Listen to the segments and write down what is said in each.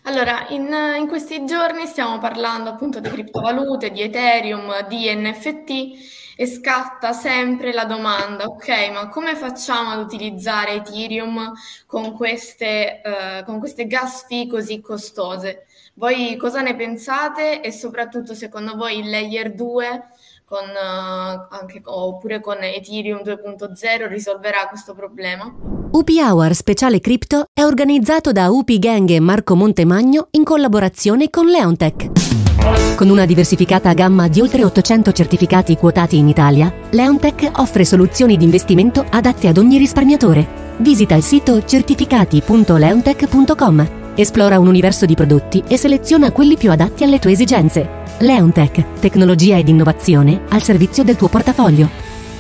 Allora, in questi giorni stiamo parlando appunto di criptovalute, di Ethereum, di NFT e scatta sempre la domanda, ok, ma come facciamo ad utilizzare Ethereum con queste gas fee così costose? Voi cosa ne pensate e soprattutto secondo voi il layer 2 oppure con Ethereum 2.0 risolverà questo problema? UP Hour Speciale Crypto è organizzato da UP Gang e Marco Montemagno in collaborazione con Leontech. Con una diversificata gamma di oltre 800 certificati quotati in Italia, Leontech offre soluzioni di investimento adatte ad ogni risparmiatore. Visita il sito certificati.leontech.com, esplora un universo di prodotti e seleziona quelli più adatti alle tue esigenze. Leontech, tecnologia ed innovazione al servizio del tuo portafoglio.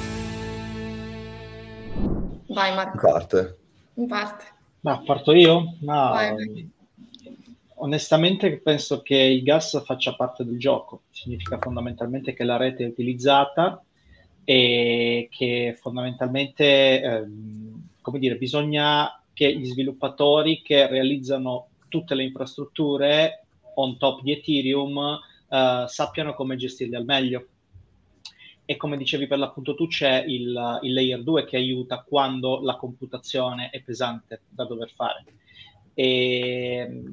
Vai In Marco, parte. in parte. Ma parto io? Vai. Onestamente penso che il gas faccia parte del gioco. Significa fondamentalmente che la rete è utilizzata e che fondamentalmente, come dire, bisogna che gli sviluppatori che realizzano tutte le infrastrutture on top di Ethereum sappiano come gestirle al meglio. E come dicevi per l'appunto tu, c'è il layer 2 che aiuta quando la computazione è pesante da dover fare. E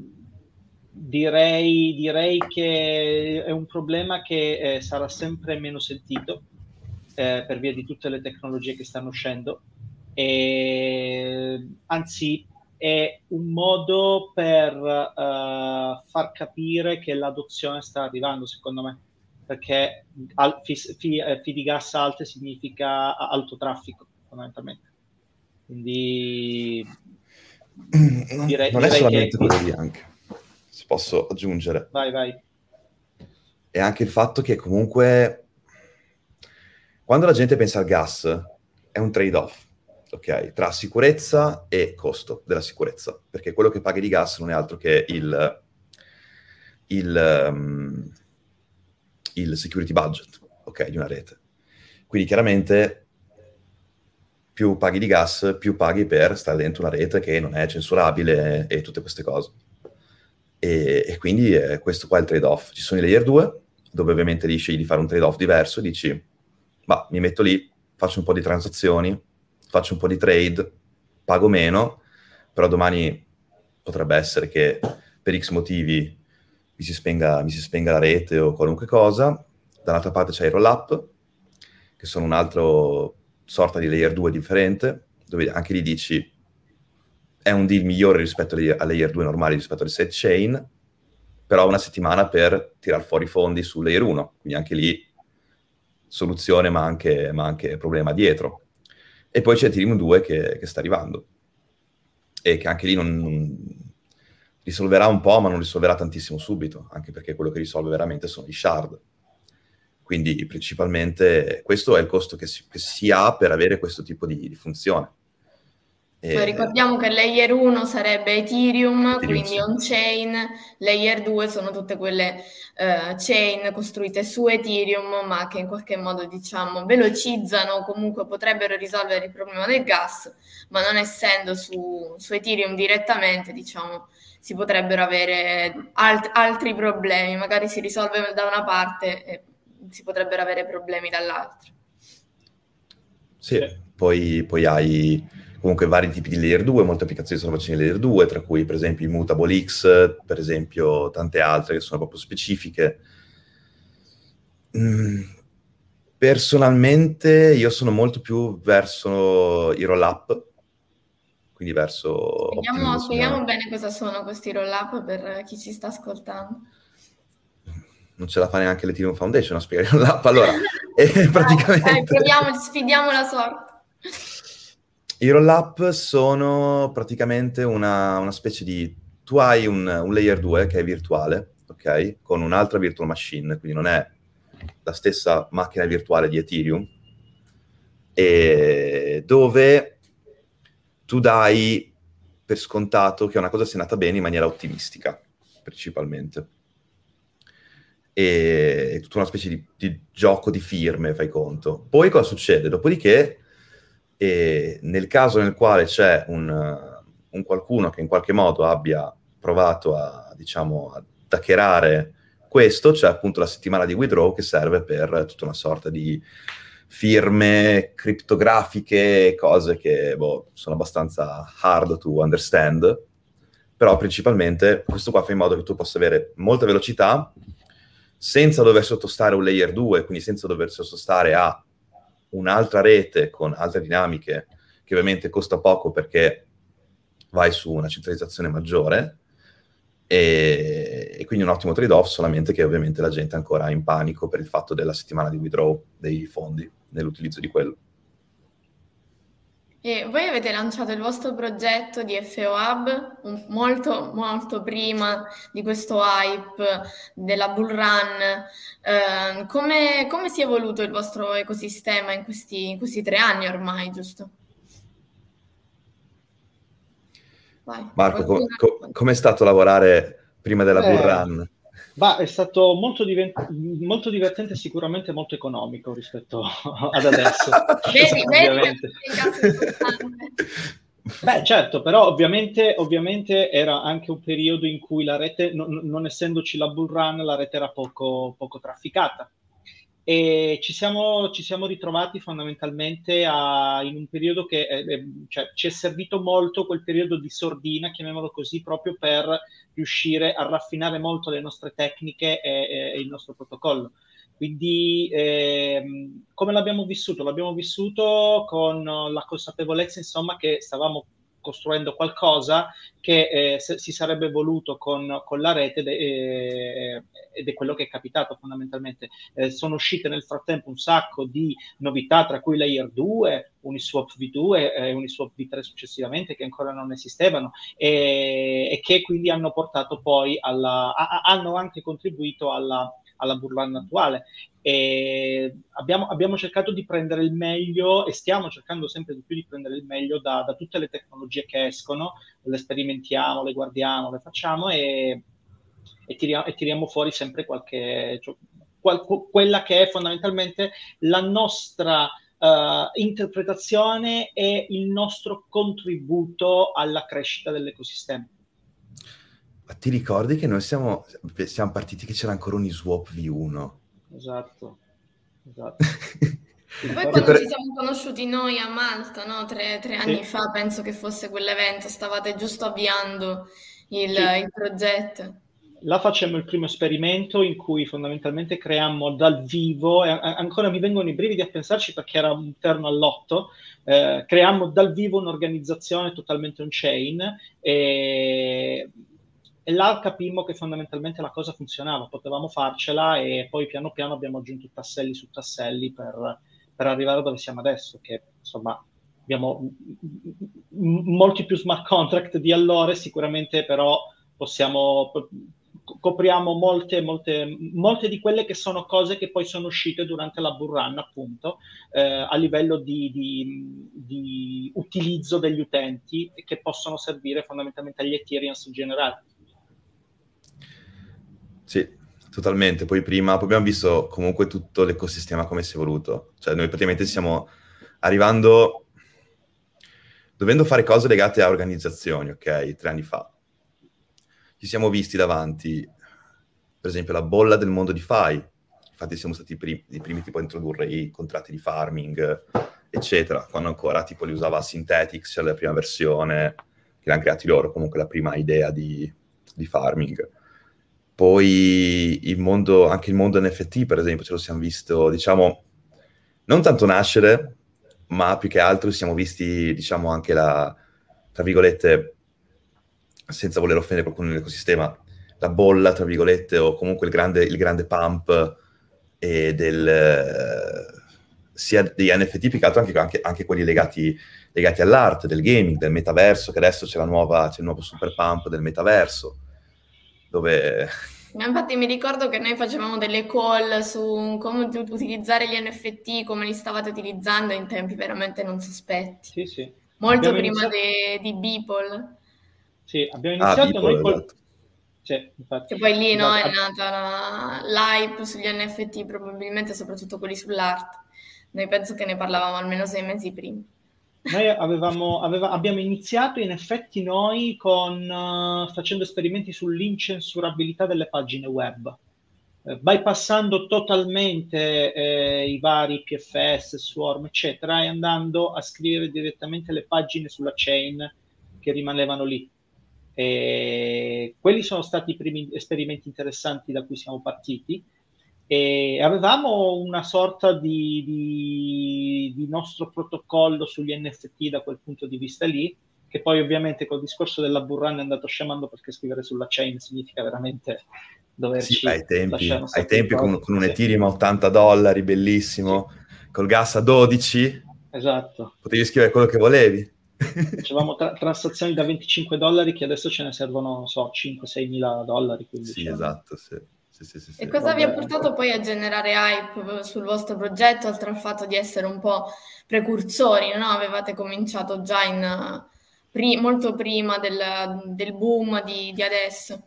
direi che è un problema che sarà sempre meno sentito per via di tutte le tecnologie che stanno uscendo, anzi è un modo per far capire che l'adozione sta arrivando, secondo me, perché fee di gas alte significa alto traffico, fondamentalmente. Quindi non è solamente quello lì, anche, se posso aggiungere. Vai. E anche il fatto che comunque quando la gente pensa al gas è un trade-off, ok? Tra sicurezza e costo della sicurezza, perché quello che paghi di gas non è altro che il security budget, ok, di una rete. Quindi chiaramente più paghi di gas, più paghi per stare dentro una rete che non è censurabile e tutte queste cose. E quindi questo qua è il trade-off. Ci sono i layer 2, dove ovviamente lì scegli di fare un trade-off diverso, dici, ma mi metto lì, faccio un po' di transazioni, faccio un po' di trade, pago meno, però domani potrebbe essere che per X motivi mi si spenga la rete o qualunque cosa. Dall'altra parte c'è i roll-up, che sono un'altra sorta di layer 2 differente, dove anche lì dici è un deal migliore rispetto alle layer 2 normali, rispetto alle sidechain, però una settimana per tirar fuori fondi su layer 1, quindi anche lì soluzione ma anche problema dietro. E poi c'è Ethereum 2 che sta arrivando, e che anche lì non risolverà un po', ma non risolverà tantissimo subito, anche perché quello che risolve veramente sono i shard. Quindi principalmente questo è il costo che si ha per avere questo tipo di funzione. Ricordiamo che layer 1 sarebbe Ethereum, quindi sì. on-chain, layer 2 sono tutte quelle chain costruite su Ethereum, ma che in qualche modo, diciamo, velocizzano, comunque potrebbero risolvere il problema del gas, ma non essendo su Ethereum direttamente, diciamo, si potrebbero avere altri problemi, magari si risolve da una parte e si potrebbero avere problemi dall'altra. Sì, poi hai comunque vari tipi di layer 2, molte applicazioni sono facendo layer 2, tra cui per esempio Immutable X, per esempio tante altre che sono proprio specifiche. Personalmente io sono molto più verso i roll-up, quindi verso Spieghiamo bene cosa sono questi roll-up per chi ci sta ascoltando. Non ce la fa neanche l'Ethereum Foundation a spiegare il roll-up, allora praticamente... sfidiamo la sorte. I roll-up sono praticamente una specie di... Tu hai un layer 2 che è virtuale, ok? Con un'altra virtual machine, quindi non è la stessa macchina virtuale di Ethereum, e dove tu dai per scontato che una cosa sia andata bene in maniera ottimistica, principalmente. E è tutta una specie di gioco di firme, fai conto. Poi cosa succede? Dopodiché, nel caso nel quale c'è un qualcuno che in qualche modo abbia provato ad diciamo, ad hackerare questo, c'è appunto la settimana di withdraw che serve per tutta una sorta di firme criptografiche, cose che sono abbastanza hard to understand, però principalmente questo qua fa in modo che tu possa avere molta velocità senza dover sottostare a un layer 2, quindi senza dover sottostare a un'altra rete con altre dinamiche, che ovviamente costa poco perché vai su una centralizzazione maggiore, e quindi un ottimo trade-off, solamente che ovviamente la gente è ancora in panico per il fatto della settimana di withdraw dei fondi, nell'utilizzo di quello. E voi avete lanciato il vostro progetto di FO Hub molto, molto prima di questo hype della bull run. Come si è evoluto il vostro ecosistema in questi 3 anni ormai, giusto? Vai. Marco, com'è stato lavorare prima della bull run? È stato molto divertente, sicuramente molto economico rispetto ad adesso. Vedi. Certo, però ovviamente era anche un periodo in cui la rete, non essendoci la bull run, la rete era poco trafficata. E ci siamo ritrovati fondamentalmente in un periodo che ci è servito molto quel periodo di sordina, chiamiamolo così, proprio per riuscire a raffinare molto le nostre tecniche e il nostro protocollo. Quindi come l'abbiamo vissuto? L'abbiamo vissuto con la consapevolezza, insomma, che stavamo costruendo qualcosa che si sarebbe evoluto con la rete ed è quello che è capitato fondamentalmente. Sono uscite nel frattempo un sacco di novità, tra cui Layer 2, Uniswap V2 e Uniswap V3 successivamente, che ancora non esistevano e che quindi hanno portato poi hanno anche contribuito alla bull run attuale. E abbiamo cercato di prendere il meglio e stiamo cercando sempre di più di prendere il meglio da tutte le tecnologie che escono, le sperimentiamo, le guardiamo, le facciamo e tiriamo fuori sempre quella che è fondamentalmente la nostra interpretazione e il nostro contributo alla crescita dell'ecosistema. Ma ti ricordi che noi siamo partiti che c'era ancora un Uniswap V1? Esatto. E poi quando ci siamo conosciuti noi a Malta, no? 3 anni fa, penso che fosse quell'evento, stavate giusto avviando il progetto. Là facemmo il primo esperimento in cui fondamentalmente creammo dal vivo, e ancora mi vengono i brividi a pensarci perché era un terno all'otto, creammo dal vivo un'organizzazione totalmente on-chain e là capimmo che fondamentalmente la cosa funzionava, potevamo farcela e poi piano piano abbiamo aggiunto tasselli su tasselli per arrivare dove siamo adesso, che insomma abbiamo molti più smart contract di allora, sicuramente però copriamo molte di quelle che sono cose che poi sono uscite durante la bull run, appunto, a livello di utilizzo degli utenti e che possono servire fondamentalmente agli Ethereums in generale. Sì, totalmente. Poi abbiamo visto comunque tutto l'ecosistema come si è evoluto. Cioè noi praticamente stiamo arrivando, dovendo fare cose legate a organizzazioni, ok? 3 anni fa. Ci siamo visti davanti, per esempio, la bolla del mondo DeFi. Infatti siamo stati i primi tipo a introdurre i contratti di farming, eccetera, quando ancora tipo li usava Synthetix, cioè la prima versione, che l'hanno creati loro, comunque la prima idea di farming. Poi anche il mondo NFT, per esempio, ce lo siamo visto, diciamo, non tanto nascere, ma più che altro siamo visti, diciamo, anche tra virgolette, senza voler offendere qualcuno nell'ecosistema, la bolla, tra virgolette, o comunque il grande pump sia degli NFT, più che altro anche quelli legati all'arte, del gaming, del metaverso, che adesso c'è il nuovo super pump del metaverso, dove... Infatti mi ricordo che noi facevamo delle call su come utilizzare gli NFT, come li stavate utilizzando in tempi veramente non sospetti. Sì. Molto prima di Beeple. Sì, abbiamo iniziato noi col... esatto. Sì, infatti. Che poi lì no, è nata l'hype sugli NFT, probabilmente soprattutto quelli sull'arte. Noi penso che ne parlavamo almeno 6 mesi prima. Noi abbiamo iniziato in effetti noi facendo esperimenti sull'incensurabilità delle pagine web, bypassando totalmente i vari PFS, Swarm, eccetera, e andando a scrivere direttamente le pagine sulla chain che rimanevano lì. E quelli sono stati i primi esperimenti interessanti da cui siamo partiti. E avevamo una sorta di nostro protocollo sugli NFT da quel punto di vista lì, che poi ovviamente col discorso della bull run è andato scemando, perché scrivere sulla chain significa veramente doverci Sì, ai lasciare un tempi sacco di con un cose. Ethereum a $80, bellissimo, col gas a 12, Esatto. potevi scrivere quello che volevi. Facevamo transazioni da $25 che adesso ce ne servono, non so, 5-6 mila dollari. Quindi Sì, esatto, sì. E cosa vi ha Vabbè. portato poi a generare hype sul vostro progetto, oltre al fatto di essere un po' precursori, no? Avevate cominciato già molto prima del boom di adesso.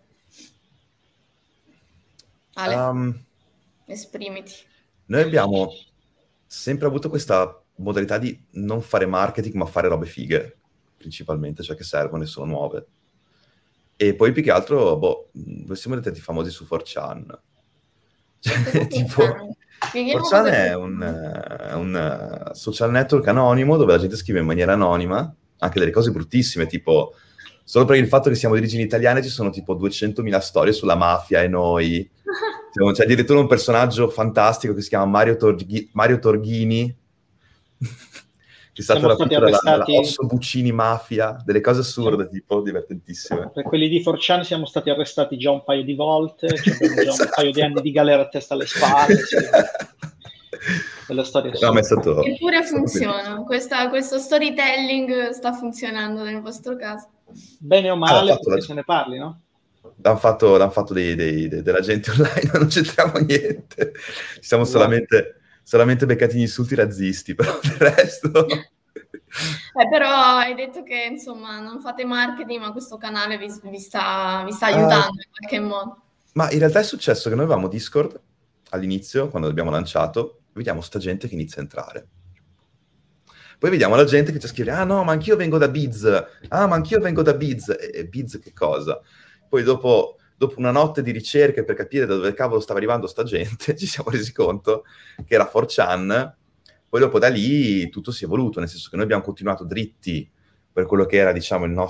Ale, esprimiti. Noi abbiamo sempre avuto questa modalità di non fare marketing, ma fare robe fighe, principalmente, cioè che servono e sono nuove. E poi più che altro, noi siamo diventati famosi su 4chan. Cioè, tipo, 4chan è un social network anonimo dove la gente scrive in maniera anonima anche delle cose bruttissime, tipo, solo per il fatto che siamo di origini italiane ci sono tipo 200.000 storie sulla mafia e noi. C'è addirittura un personaggio fantastico che si chiama Mario Torghini, che è stato rapito dalla Osso Buccini Mafia, delle cose assurde, tipo, divertentissime. Per quelli di 4chan siamo stati arrestati già un paio di volte, cioè già un paio di anni di galera a testa alle spalle. Sì. Quella storia no, è stato, eppure funziona, questo storytelling sta funzionando nel vostro caso. Bene o male, perché se ne parli, no? L'hanno fatto della gente online, non c'entriamo niente. Ci siamo solamente beccati gli insulti razzisti, però del resto... però hai detto che insomma non fate marketing, ma questo canale vi sta aiutando in qualche modo. Ma in realtà è successo che noi avevamo Discord all'inizio, quando l'abbiamo lanciato, vediamo sta gente che inizia a entrare. Poi vediamo la gente che ci scrive, ah no, ma anch'io vengo da Biz, ah ma anch'io vengo da Biz, e Biz che cosa? Poi dopo una notte di ricerche per capire da dove cavolo stava arrivando sta gente, ci siamo resi conto che era 4chan. Poi dopo da lì tutto si è evoluto, nel senso che noi abbiamo continuato dritti per quello che era, diciamo, la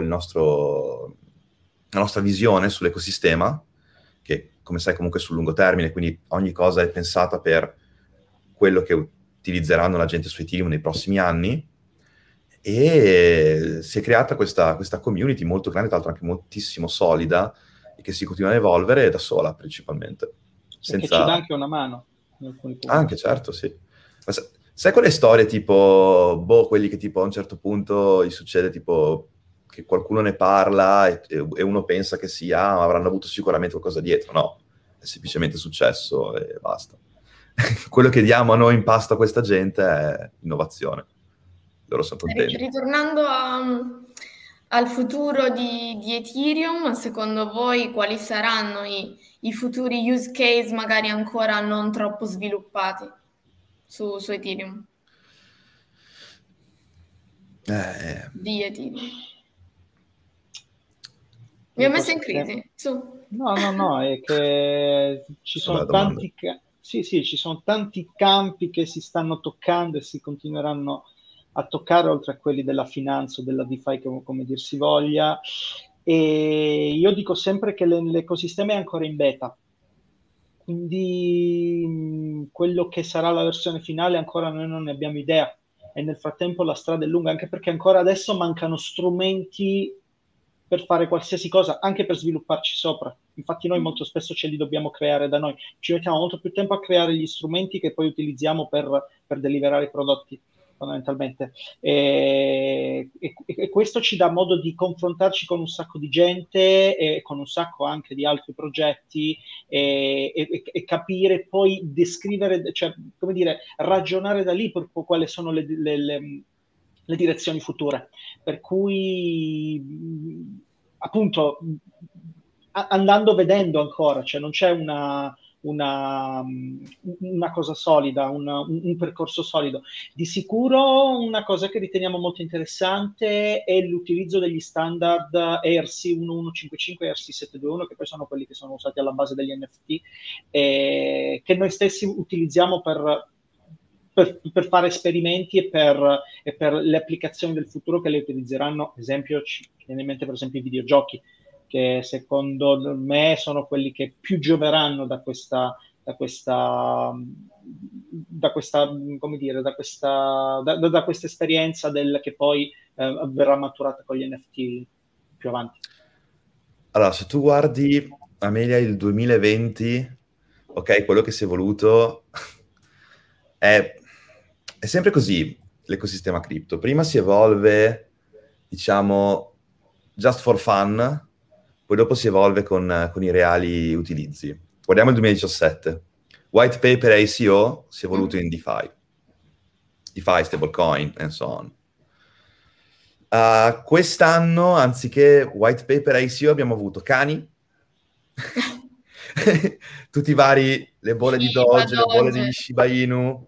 nostra visione sull'ecosistema, che come sai comunque è sul lungo termine, quindi ogni cosa è pensata per quello che utilizzeranno la gente su Ethereum nei prossimi anni, e si è creata questa community molto grande, tra l'altro anche moltissimo solida, e che si continua ad evolvere da sola principalmente. Che ci dà anche una mano. Anche, certo, sì. Ma sai quelle storie tipo, quelli che tipo a un certo punto gli succede tipo che qualcuno ne parla e uno pensa che sia, avranno avuto sicuramente qualcosa dietro. No, è semplicemente successo e basta. Quello che diamo a noi in pasto a questa gente è innovazione. Loro sono contenti. Ritornando al futuro di Ethereum, secondo voi quali saranno i futuri use case magari ancora non troppo sviluppati su Ethereum? Di Ethereum. Mi ha messo in crisi, su. No, è che ci sono tanti... Sì, ci sono tanti campi che si stanno toccando e si continueranno a toccare, oltre a quelli della finanza o della DeFi, come dir si voglia. E io dico sempre che l'ecosistema è ancora in beta, quindi quello che sarà la versione finale ancora noi non ne abbiamo idea, e nel frattempo la strada è lunga, anche perché ancora adesso mancano strumenti per fare qualsiasi cosa, anche per svilupparci sopra. Infatti noi molto spesso ce li dobbiamo creare da noi, ci mettiamo molto più tempo a creare gli strumenti che poi utilizziamo per deliverare i prodotti, fondamentalmente. E questo ci dà modo di confrontarci con un sacco di gente e con un sacco anche di altri progetti e capire, poi descrivere, cioè, come dire, ragionare da lì per quali sono le direzioni future, per cui appunto andando vedendo ancora, cioè non c'è una una cosa solida, un percorso solido. Di sicuro una cosa che riteniamo molto interessante è l'utilizzo degli standard ERC 1155 e ERC 721, che poi sono quelli che sono usati alla base degli NFT, che noi stessi utilizziamo per fare esperimenti e per le applicazioni del futuro che le utilizzeranno. Ad esempio, ci viene in mente per esempio i videogiochi, che secondo me sono quelli che più gioveranno da questa esperienza che poi verrà maturata con gli NFT più avanti. Allora, se tu guardi, Amelia, il 2020, ok, quello che si è evoluto è sempre così l'ecosistema cripto. Prima si evolve, diciamo, just for fun, poi dopo si evolve con i reali utilizzi. Guardiamo il 2017. White paper ICO si è evoluto in DeFi, stablecoin, and so on. Quest'anno, anziché white paper ICO, abbiamo avuto cani, tutti i vari, le bolle di Doge, le bolle degli Shiba Inu.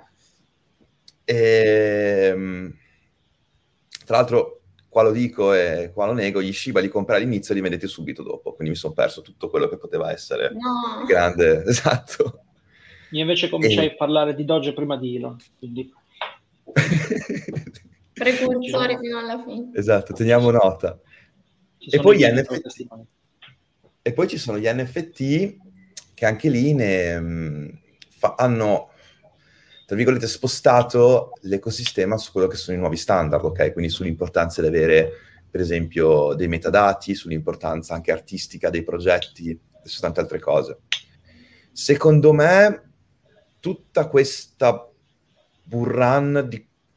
Tra l'altro, qua lo dico e qua lo nego, gli Shiba li comprai all'inizio e li vendete subito dopo, quindi mi sono perso tutto quello che poteva essere grande, esatto. Io invece cominciai a parlare di Doge prima di Elon, quindi... precursori fino alla fine. Esatto, teniamo nota. E poi e poi ci sono gli NFT che anche lì hanno, tra virgolette, spostato l'ecosistema su quello che sono i nuovi standard, ok? Quindi sull'importanza di avere, per esempio, dei metadati, sull'importanza anche artistica dei progetti e su tante altre cose. Secondo me, tutta questa bull run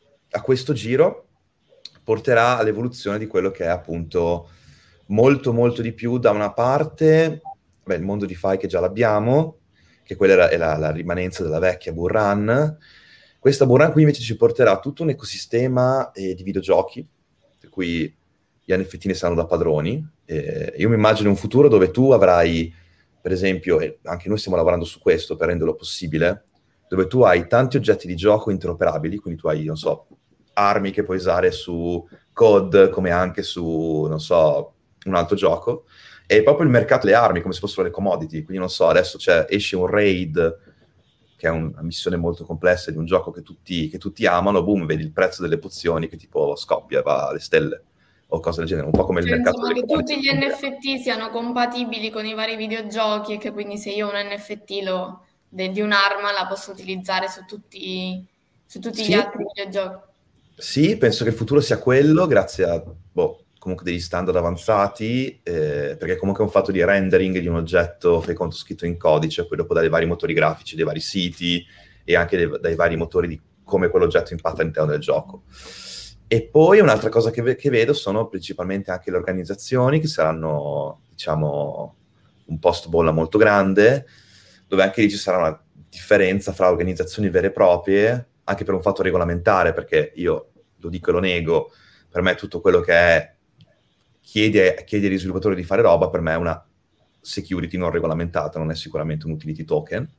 a questo giro porterà all'evoluzione di quello che è appunto molto molto di più, da una parte il mondo DeFi che già l'abbiamo, che quella è la rimanenza della vecchia bull run. Questa bull run qui invece ci porterà a tutto un ecosistema di videogiochi, per cui gli NFT ne saranno da padroni. Io mi immagino un futuro dove tu avrai, per esempio, e anche noi stiamo lavorando su questo per renderlo possibile, dove tu hai tanti oggetti di gioco interoperabili, quindi tu hai, non so, armi che puoi usare su COD come anche su, non so, un altro gioco, e proprio il mercato delle armi come se fossero le commodity. Quindi non so, adesso esce un raid che è una missione molto complessa di un gioco che tutti amano, boom, vedi il prezzo delle pozioni che tipo scoppia, va alle stelle o cose del genere, un po' come il mercato delle commodity. Che tutti gli NFT siano compatibili con i vari videogiochi, e che quindi se io ho un NFT di un'arma la posso utilizzare su tutti gli altri videogiochi. Sì, penso che il futuro sia quello, grazie a comunque degli standard avanzati, perché comunque è un fatto di rendering di un oggetto, fai conto, scritto in codice, poi dopo dai vari motori grafici, dai vari siti e anche dai vari motori di come quell'oggetto impatta all'interno del gioco. E poi un'altra cosa che vedo sono principalmente anche le organizzazioni, che saranno, diciamo, un post-bolla molto grande, dove anche lì ci sarà una differenza fra organizzazioni vere e proprie, anche per un fatto regolamentare, perché io lo dico e lo nego, per me tutto quello che è chiede agli sviluppatori di fare roba, per me è una security non regolamentata, non è sicuramente un utility token.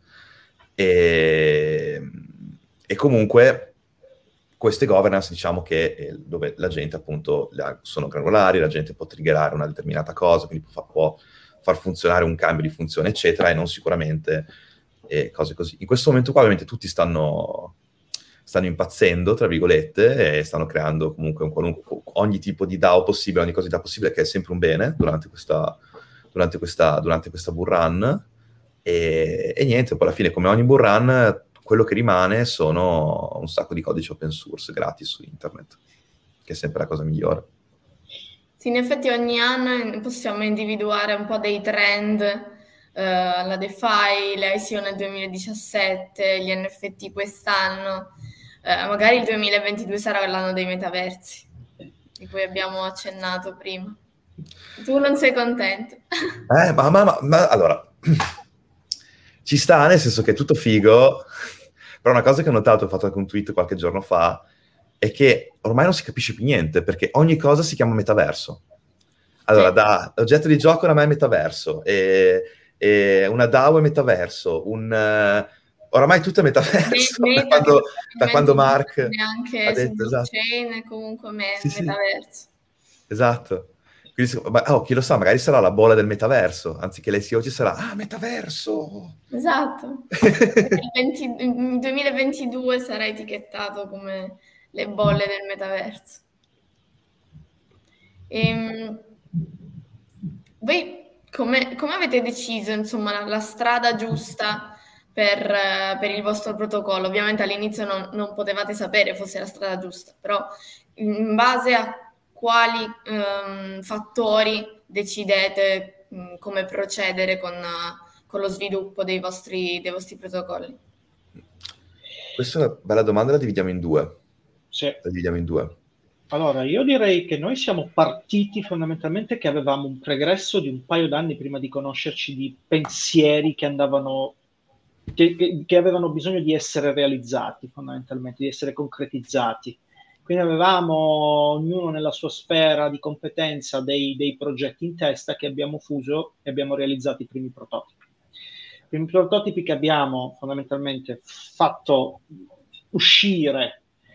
E comunque queste governance, diciamo che dove la gente appunto sono granulari, la gente può triggerare una determinata cosa, quindi può far funzionare un cambio di funzione, eccetera, e non sicuramente cose così. In questo momento qua ovviamente tutti stanno impazzendo, tra virgolette, e stanno creando comunque ogni tipo di DAO possibile, ogni cosa di DAO possibile, che è sempre un bene durante questa bull run. E niente, poi alla fine, come ogni bull run, quello che rimane sono un sacco di codici open source gratis su internet, che è sempre la cosa migliore. Sì, in effetti ogni anno possiamo individuare un po' dei trend, la DeFi, le ICO nel 2017, gli NFT quest'anno. Magari il 2022 sarà l'anno dei metaversi, di cui abbiamo accennato prima. Tu non sei contento? Ma allora, ci sta, nel senso che è tutto figo, però una cosa che ho notato, ho fatto anche un tweet qualche giorno fa, è che ormai non si capisce più niente, perché ogni cosa si chiama metaverso. Allora, da oggetto di gioco oramai è metaverso, e una DAO e metaverso, oramai tutto è metaverso, da quando Mark neanche ha su detto, esatto. blockchain, comunque Sì, metaverso. Esatto. Quindi, chi lo sa, magari sarà la bolla del metaverso, anziché l'SEO ci sarà, metaverso! Esatto. Nel 2022 sarà etichettato come le bolle del metaverso. Voi come avete deciso, insomma, la strada giusta per il vostro protocollo? Ovviamente all'inizio non potevate sapere fosse la strada giusta, però in base a quali fattori decidete come procedere con lo sviluppo dei vostri protocolli? Questa è una bella domanda, la dividiamo in due. Sì. La dividiamo in due. Allora, io direi che noi siamo partiti fondamentalmente che avevamo un pregresso di un paio d'anni prima di conoscerci di pensieri che andavano, che avevano bisogno di essere realizzati, fondamentalmente, di essere concretizzati. Quindi avevamo ognuno nella sua sfera di competenza dei progetti in testa che abbiamo fuso e abbiamo realizzato i primi prototipi. I primi prototipi che abbiamo fondamentalmente fatto uscire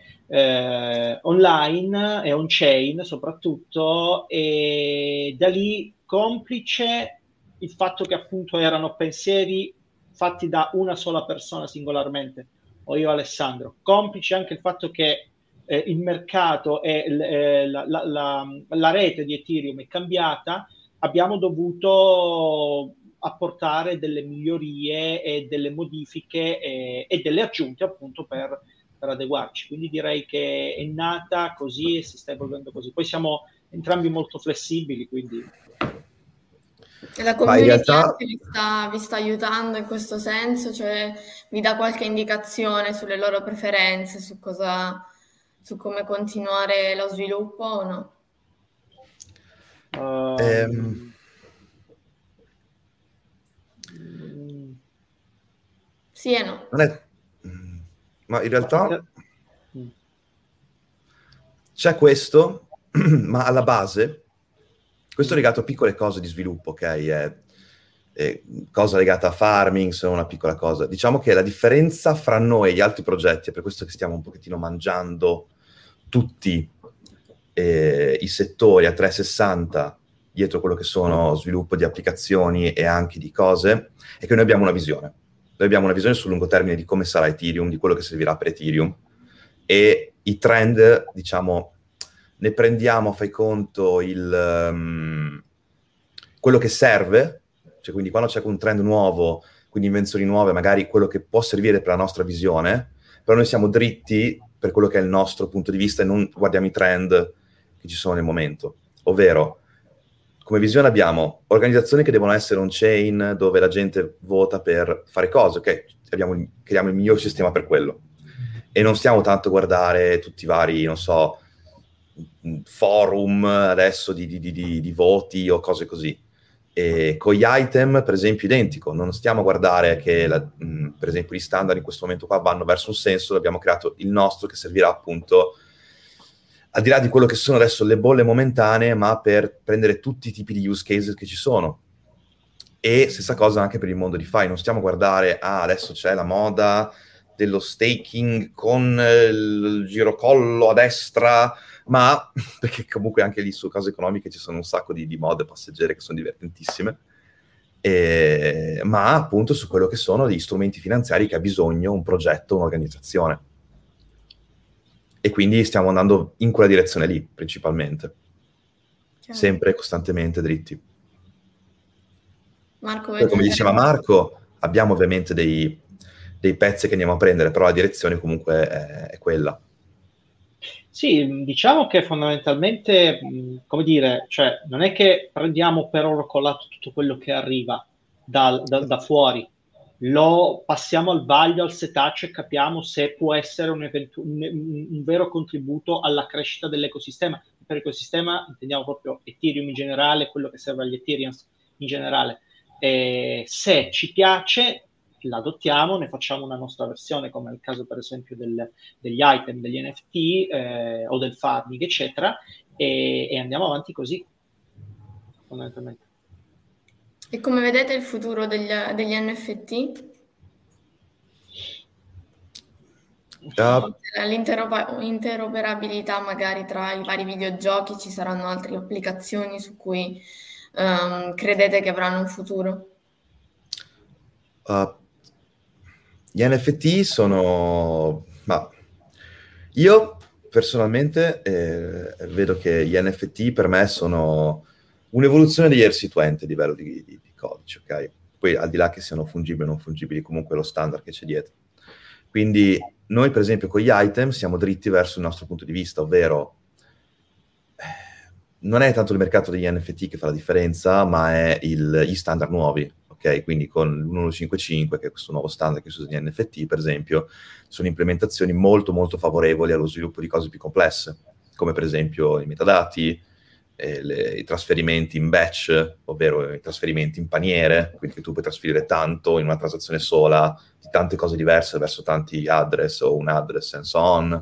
online e on-chain soprattutto, e da lì, complice il fatto che appunto erano pensieri fatti da una sola persona singolarmente, o io Alessandro, complice anche il fatto che il mercato e la rete di Ethereum è cambiata, abbiamo dovuto apportare delle migliorie e delle modifiche e delle aggiunte appunto per adeguarci. Quindi direi che è nata così e si sta evolvendo così. Poi siamo entrambi molto flessibili, quindi... E la community vi sta aiutando in questo senso? Cioè vi dà qualche indicazione sulle loro preferenze, su come continuare lo sviluppo o no? Sì e no. Ma in realtà c'è questo, ma alla base, questo è legato a piccole cose di sviluppo, ok? È cosa legata a farming, sono una piccola cosa. Diciamo che la differenza fra noi e gli altri progetti, è per questo che stiamo un pochettino mangiando tutti i settori a 360 dietro quello che sono sviluppo di applicazioni e anche di cose, è che noi abbiamo una visione. Noi abbiamo una visione sul lungo termine di come sarà Ethereum, di quello che servirà per Ethereum, e i trend, diciamo, ne prendiamo, fai conto, quello che serve, cioè quindi quando c'è un trend nuovo, quindi invenzioni nuove, magari quello che può servire per la nostra visione, però noi siamo dritti per quello che è il nostro punto di vista e non guardiamo i trend che ci sono nel momento. Ovvero, come visione abbiamo organizzazioni che devono essere on-chain, dove la gente vota per fare cose, ok? Creiamo il miglior sistema per quello. E non stiamo tanto a guardare tutti i vari, non so, forum adesso di voti o cose così. E con gli item, per esempio, identico. Non stiamo a guardare che, per esempio, gli standard in questo momento qua vanno verso un senso, abbiamo creato il nostro che servirà appunto, al di là di quello che sono adesso le bolle momentanee, ma per prendere tutti i tipi di use cases che ci sono. E stessa cosa anche per il mondo DeFi. Non stiamo a guardare, adesso c'è la moda dello staking con il girocollo a destra, ma perché comunque anche lì su cose economiche ci sono un sacco di mode passeggere che sono divertentissime, ma appunto su quello che sono gli strumenti finanziari che ha bisogno un progetto, un'organizzazione. E quindi stiamo andando in quella direzione lì, principalmente. Chiaro. Sempre costantemente dritti. Marco, poi, come diceva Marco, abbiamo ovviamente dei pezzi che andiamo a prendere, però la direzione comunque è quella. Sì, diciamo che fondamentalmente, come dire, cioè non è che prendiamo per oro colato tutto quello che arriva da fuori, lo passiamo al vaglio, al setaccio e capiamo se può essere un vero contributo alla crescita dell'ecosistema. Per ecosistema intendiamo proprio Ethereum in generale, quello che serve agli Ethereum in generale. E se ci piace, l'adottiamo, ne facciamo una nostra versione, come nel caso per esempio degli item, degli NFT o del farming, eccetera, e andiamo avanti così, fondamentalmente. E come vedete il futuro degli NFT? L'interoperabilità magari tra i vari videogiochi, ci saranno altre applicazioni su cui credete che avranno un futuro? Gli NFT sono... Ma io personalmente vedo che gli NFT per me sono un'evoluzione degli ERC20 a livello di codice, ok? Poi al di là che siano fungibili o non fungibili, comunque è lo standard che c'è dietro. Quindi noi per esempio con gli item siamo dritti verso il nostro punto di vista, ovvero non è tanto il mercato degli NFT che fa la differenza, ma è gli standard nuovi, ok? Quindi con l'1155, che è questo nuovo standard che si usa negli NFT, per esempio, sono implementazioni molto molto favorevoli allo sviluppo di cose più complesse, come per esempio i metadati, i trasferimenti in batch, ovvero i trasferimenti in paniere, quindi che tu puoi trasferire tanto in una transazione sola di tante cose diverse verso tanti address o un address and so on.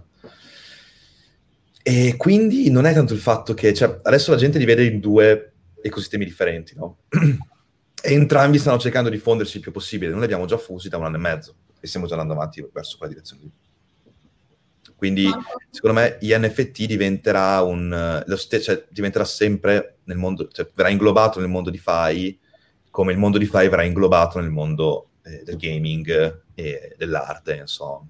E quindi non è tanto il fatto che... Cioè, adesso la gente li vede in due ecosistemi differenti, no? E entrambi stanno cercando di fondersi il più possibile. Noi li abbiamo già fusi da 1 anno e mezzo e stiamo già andando avanti verso quella direzione lì. Quindi, secondo me, gli NFT diventerà cioè, diventerà sempre nel mondo... Cioè, verrà inglobato nel mondo DeFi, come il mondo DeFi verrà inglobato nel mondo del gaming e dell'arte, insomma.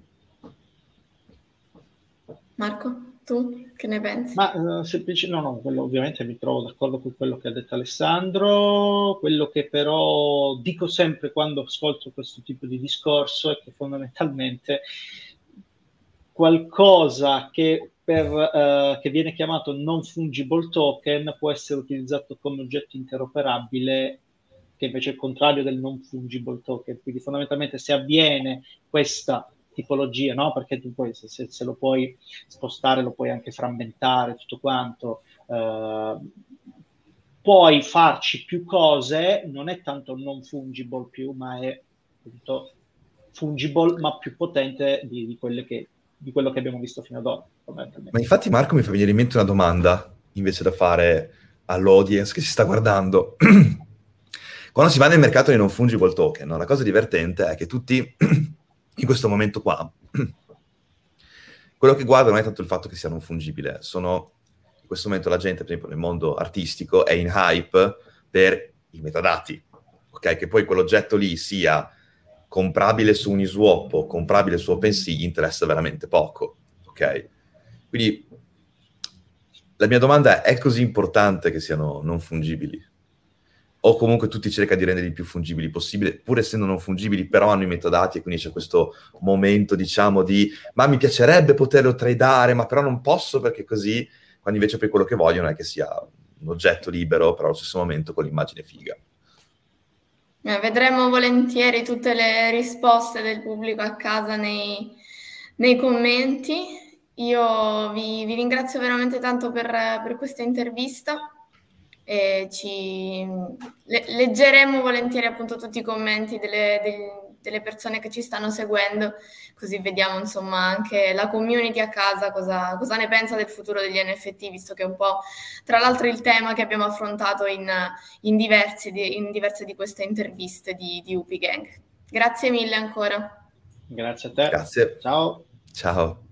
Marco? Tu che ne pensi? Ma no, quello, ovviamente mi trovo d'accordo con quello che ha detto Alessandro. Quello che però dico sempre quando ascolto questo tipo di discorso è che fondamentalmente qualcosa che viene chiamato non fungible token può essere utilizzato come oggetto interoperabile, che invece è il contrario del non fungible token. Quindi fondamentalmente se avviene questa tipologia, no? Perché tu poi se lo puoi spostare, lo puoi anche frammentare, tutto quanto, puoi farci più cose, non è tanto non fungible più, ma è appunto fungible, ma più potente di quello che abbiamo visto fino ad ora. Ma infatti Marco mi fa venire in mente una domanda, invece da fare all'audience che si sta guardando. Quando si va nel mercato dei non fungible token, no? La cosa divertente è che tutti... in questo momento qua, quello che guarda non è tanto il fatto che sia non fungibile, in questo momento la gente, per esempio nel mondo artistico, è in hype per i metadati, ok? Che poi quell'oggetto lì sia comprabile su Uniswap o comprabile su OpenSea gli interessa veramente poco, ok? Quindi la mia domanda è così importante che siano non fungibili? O comunque tutti cerca di renderli più fungibili possibile, pur essendo non fungibili, però hanno i metadati e quindi c'è questo momento, diciamo, di ma mi piacerebbe poterlo tradare, ma però non posso perché così, quando invece poi quello che vogliono è che sia un oggetto libero, però allo stesso momento con l'immagine figa. Vedremo volentieri tutte le risposte del pubblico a casa nei commenti. Io vi ringrazio veramente tanto per questa intervista. E leggeremo volentieri appunto tutti i commenti delle persone che ci stanno seguendo, così vediamo insomma anche la community a casa cosa ne pensa del futuro degli NFT, visto che è un po' tra l'altro il tema che abbiamo affrontato in diverse di queste interviste di UP Gang. Grazie mille ancora. Grazie a te. Grazie. Ciao. Ciao.